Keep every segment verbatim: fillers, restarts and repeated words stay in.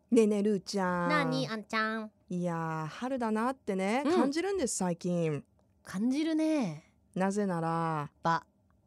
ねえねえるーちゃん。 なにあんちゃん。 いやー春だなってね、 うん感じるんです最近。 感じるね。 なぜならば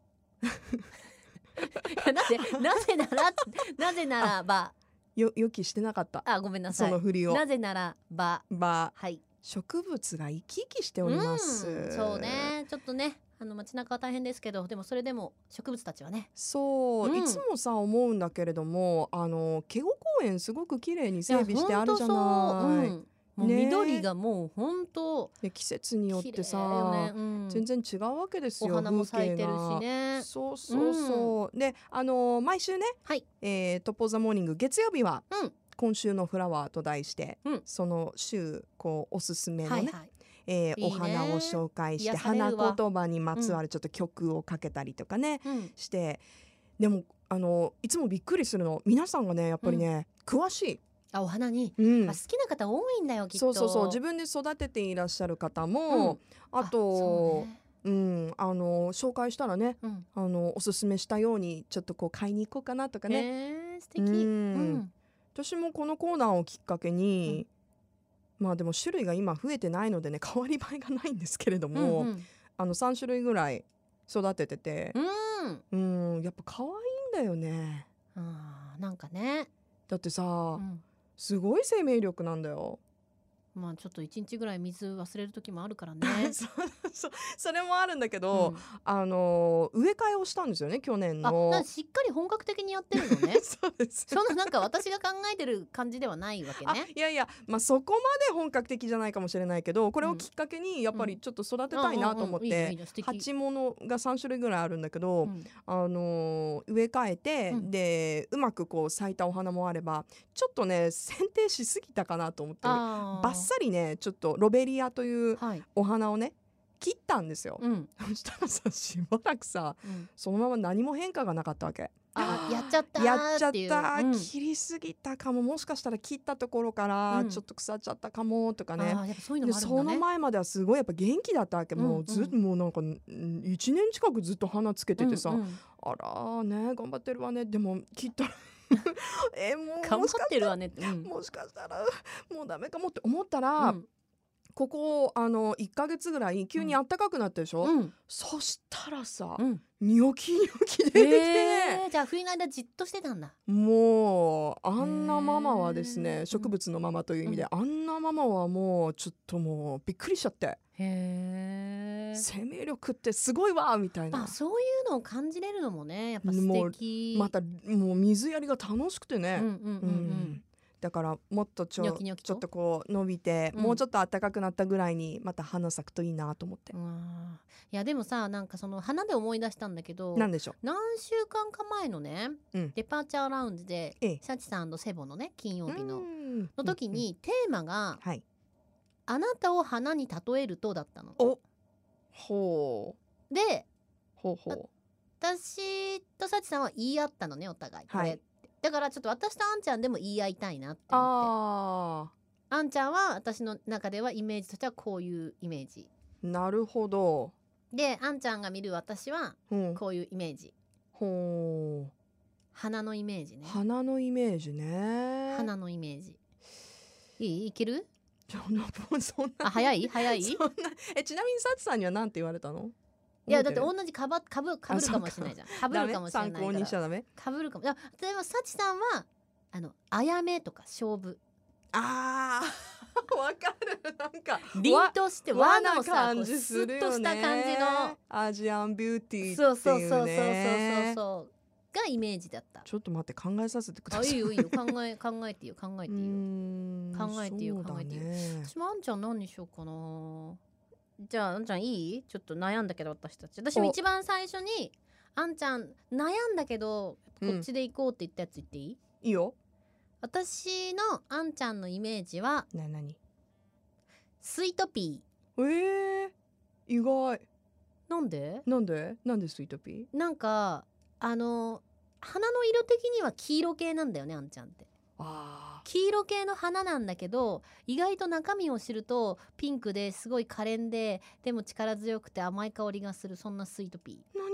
なぜなぜならなぜならばよ予期してなかった。 あごめんなさい。 その振りを。 なぜならばばはい植物が生き生きしております。 うんそうね。ちょっとねあの街中は大変ですけど、でもそれでも植物たちはね。 そう、 うんいつもさ思うんだけれども、あの警護公園すごく綺麗に整備してあるじゃない。 いやほんとそう、うんもうねえ緑がもう本当で季節によって綺麗よさ、 ね、うん全然違うわけですよ。 お花も咲いてるし風景がね。 そうそうそう、であの毎週ね、 はいえー、トップオブザモーニング月曜日はうん今週のフラワーと題して、 うんその週こうおすすめのね、 はいはいえーいいねお花を紹介して癒されるわ花言葉にまつわるちょっと曲をかけたりとかね、 うんして、でもあのいつもびっくりするの、皆さんがねやっぱりね、詳しい。 あお花に、 うんあ好きな方多いんだよきっと。 そうそうそう、自分で育てていらっしゃる方も、 うんあとそうねうんあの紹介したらね、 うんあのおすすめしたようにちょっとこう買いに行こうかなとかね、 えー、素敵うんうん私もこのコーナーをきっかけに、まあでも種類が今増えてないのでね変わり映えがないんですけれどうんも、 うんあのさん種類ぐらい育ててて、 うんうんやっぱ可愛いんだよね。 あーなんかね、 だってさ、 うんすごい生命力なんだよ。 まあちょっと一日ぐらい水忘れる時もあるからねそそそれもあるんだけど、 うんあの植え替えをしたんですよね去年あの。 なんかしっかり本格的にやってるのねそうですそんななんか私が考えてる感じではないわけあね。 いやいや、まあ、そこまで本格的じゃないかもしれないけど、これをきっかけにやっぱりちょっと育てたいなと思っうんうんうんいいて、 じゃんいいじゃん素敵鉢物がさん種類ぐらいあるんだけど、 うんあの植え替えて、 うんでうまくこう咲いたお花もあれば、ちょっとね剪定しすぎたかなと思って、 あーバッサリねちょっとロベリアというはいお花をね切ったんですよ。 うんそしたらさしばらくさうんそのまま何も変化がなかったわけ。 あやっちゃったーやっちゃっっていうた、 うん切りすぎたかも、もしかしたら切ったところからうんちょっと腐っちゃったかもとかね、 あーやっぱそういうのでもあるんだね。 その前まではすごいやっぱ元気だったわけ、もうずっうんともうなんかいちねん近くずっと花つけててさ、 うんうんあらーね頑張ってるわね、でも切ったらえもう頑張もしかってるわねって、うんもしかしたらもうダメかもって思ったら、 うんここあのいっかげつぐらい急に暖かくなったでしょ、 うんそしたらさ、 うんニョキニョキ出てきて、 えーじゃあ冬の間じっとしてたんだ。 もうあんなママはですへーね、植物のママという意味で、あんなママはもうちょっともうびっくりしちゃって、 へー生命力ってすごいわみたいな。 あそういうのを感じれるのもねやっぱ素敵。 またもう水やりが楽しくてね、 うんうんうんうんだからもっとちょニョキニョキとちょっとこう伸びて、 うんもうちょっと暖かくなったぐらいにまた花咲くといいなと思って、 うわーいやでもさなんかその花で思い出したんだけど、 なんでしょ何週間か前のね、 うんデパーチャーラウンジでええシャチさんとセボのね金曜う日のうんの時うんにテーマがはい 「あなたを花に例えると」だったの。 おほうでほうほう私とシャチさんは言い合ったのねお互いこれ、 はいだからちょっと私とあんちゃんでも言い合いたいなって思ってああんちゃんは私の中ではイメージとしてはこういうイメージーなるほど、 であんちゃんが見る私はうん、 こういうイメージほう花のイメージね花のイメージね。 花のイメージいいいけるちょもうそんなあ早い早いそんなえちなみにサチさんには何て言われたの？ いやだって覚え同じかばかぶかぶるかもしれないじゃんかぶてるるかもしれないダメ参考にしちからゃダメ。 かぶるかもいや例えばサチさんはあのあやめとか勝負あーわかる、なんか凛として和和なのさこう感じスッとするよね。 した感じのアジアンビューティーっていうね。 そうそうそうそうそうそうそうがイメージだったちょっと待って考えさせてくだあさい。 いいよいいよ考え考えていいよ考えていいようーん考えてよそうだね考えてよ私もあんちゃん何にしようかなじゃああんちゃんいいちょっと悩んだけど私たち私も一番最初にあんちゃん悩んだけどこっちで行こうって言ったやつ言っていい、 いいよ。 私のあんちゃんのイメージはなになにスイートピえー、意外。 ーなんでなんでなんでスイートピー？ なんかあの花の色的には黄色系なんだよねあんちゃんってあ黄色系の花なんだけど意外と中身を知るとピンクですごい可憐ででも力強くて甘い香りがするそんなスイートピーー何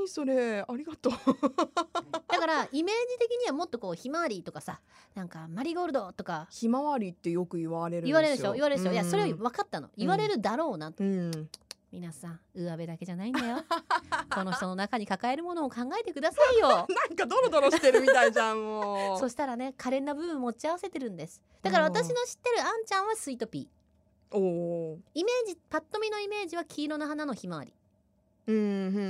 何それ、ありがとう。 だからイメージ的にはもっとこうひまわりとかさ、なんかマリーゴールドとかひまわりってよく言われるんですよ。 言われるでしょ言われるでしょ、 うんいやそれ分かったの、言われるだろうなと、 うん、 皆さん上辺だけじゃないんだよこの人の中に抱えるものを考えてくださいよなんかドロドロしてるみたいじゃんもう。 そしたらね可憐な部分持ち合わせてるんです。だから私の知ってるあんちゃんはスイートピー、 おお。 イメージパッと見のイメージは黄色の花のひまわり、 うんうんうんうんうん。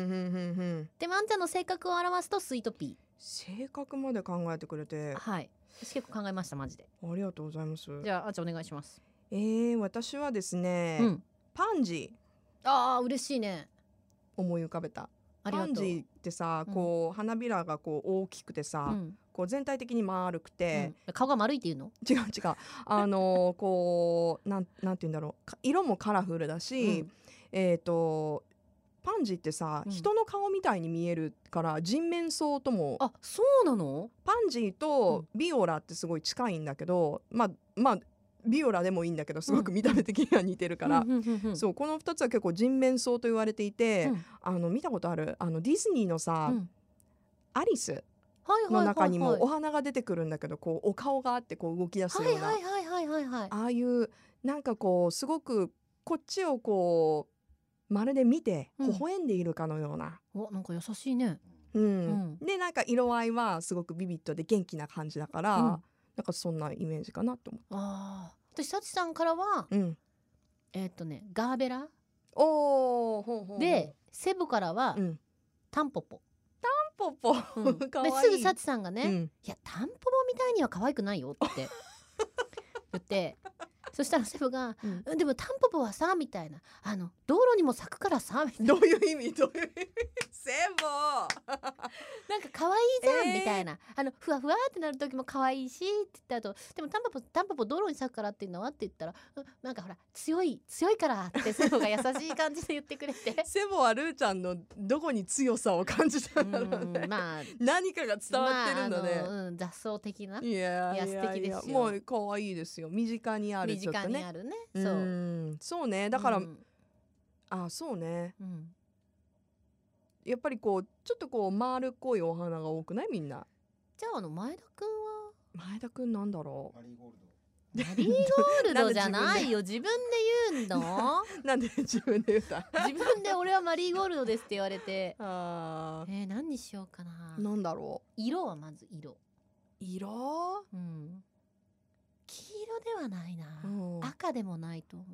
でもあんちゃんの性格を表すとスイートピ性格まで考えてくれてー。はい、私結構考えましたマジで。 ありがとうございます。 じゃああんちゃんお願いします。 えー、私はですね、 うん、 パンジーあー嬉しいね、 思い浮かべた。 ありがとう。 パンジーってさ、 うんこう花びらがこう大きくてさ、 うんこう全体的に丸くて、 うん、顔が丸いっていうの？ 違う違う、あのーこうなんなんて言うんだろう、か色もカラフルだし、 うんえっ、とパンジーってさ、 うん人の顔みたいに見えるから人面草とも、 あそうなの？ パンジーとビオラってすごい近いんだけど、まあまあビオラでもいいんだけどすごく見た目的には似てるから、 うんうんうんうん、 そうこのふたつは結構人面草と言われていて、 うんあの見たことある、あのディズニーのさ、 うんアリスはいはいはいはい、 の中にもお花が出てくるんだけど、こうお顔があってこう動き出すような、 はいはいはいはいはいはい、 ああいうなんかこうすごくこっちをこうまるで見てうん微笑んでいるかのような、 おなんか優しいね。 うんうんでなんか色合いはすごくビビッドで元気な感じだから、 うんなんかそんなイメージかなと思ああ私サチさんからはう。うん、 えーっとねガーベラおーほうほうほうでセブからは、 うん、 タンポポ、 ポポ、 うんかわいい。 ですぐサチさんがね、 うん、 いやタンポポみたいには可愛くないよって言ってそしたらセブが、 うんうん、でもタンポポはさみたいな、あの道路にも咲くからさみたいな、 どういう意味どういう意味セボなんか可愛いじゃん、 えーみたいな、あのふわふわってなる時も可愛いしって言った後、でもタンポポタンポポ道路に咲くからっていうのはって言ったら、うんなんかほら強い強いからってセブが優しい感じで言ってくれてセボはルーちゃんのどこに強さを感じたんだろうね。 うんまあ何かが伝わってるんだね。 まああのうん、雑草的ないやいや素敵ですよもう可愛いですよ。身近にある身ちょっとね。 近にあるね。 うそう、 んそうね。だから、 うんあそうね。 うんやっぱりこうちょっとこう丸っこいお花が多くないみんな。 じゃああの前田くんは前田くんなんだろマリーゴールド。 マリーゴールドじゃないよ自分で言うのう。なんで自分で言った。 自分で俺はマリーゴールドですって言われてあえー、何にしようかな。 ーなんだろ色はまず色、 う。色？ うん、黄色ではないな、 うん赤でもないと思う。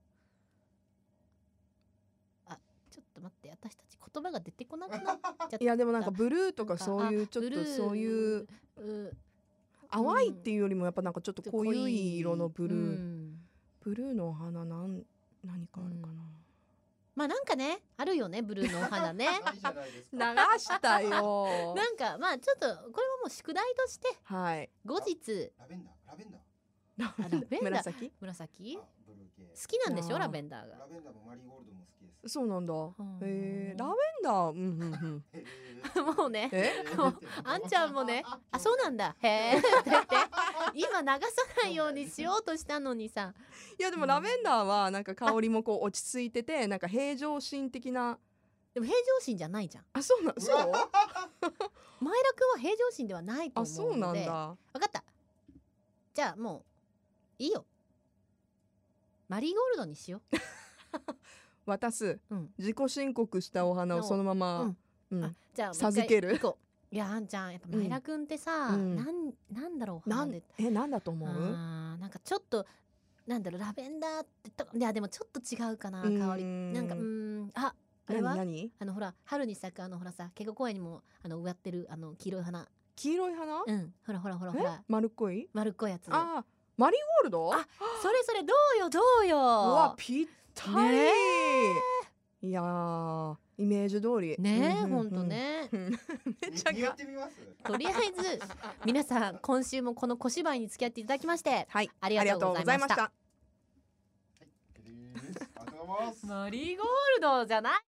あちょっと待って私たち言葉が出てこなくなっちゃったいやでもなんかブルーとかなんかそういうあちょっとブルーそういうう淡いっていうよりもやっぱなんかちょっと濃い色のブルー、 うんブルーのお花なん何かあるかな、 まあなんかねあるよねブルーのお花ねないじゃないですか。 流したよなんかまあちょっとこれはもう宿題としてはい後日ラベンダー、ラベンダー。 あラベンダー紫紫あブルー系。 好きなんでしょあーラベンダーがラベンダーもマリーゴールドも好きです。 そうなんだんへえラベンダーうんうんうんへもうねえもうあんちゃんもねあそうなんだへえって言って今流さないようにしようとしたのにさいやでもラベンダーはなんか香りもこう落ち着いててなんか平常心的なでも平常心じゃないじゃん。 あそうなそう前田くんは平常心ではないとあ思そううなんのでだ分かったじゃあもういいよマリーゴールドにしよ渡すう、うん自己申告したお花をそのまま、 うんうんあじゃあもう一回授ける行こういやあんちゃんやっぱ前田くんってさ、 うんなんなんだろうなん花でえなんだと思うあーなんかちょっとなんだろうラベンダーってといやでもちょっと違うかなうーん香りなんかうーんああれは何何あのほら春に咲くあのほらさ結構公園にもあの植わってるあの黄色い花黄色い花、 うんほらほらほらほえら丸っこい丸っこいやつあーマリーゴールドあそれそれどうよどうようわぴったり、 ねいやーイメージ通りねえうんうんうんほんとねうんめっちゃが言ってみます。 とりあえず皆さん今週もこの小芝居に付き合っていただきましてはいありがとうございましたありがとうございます。 マリーゴールドじゃない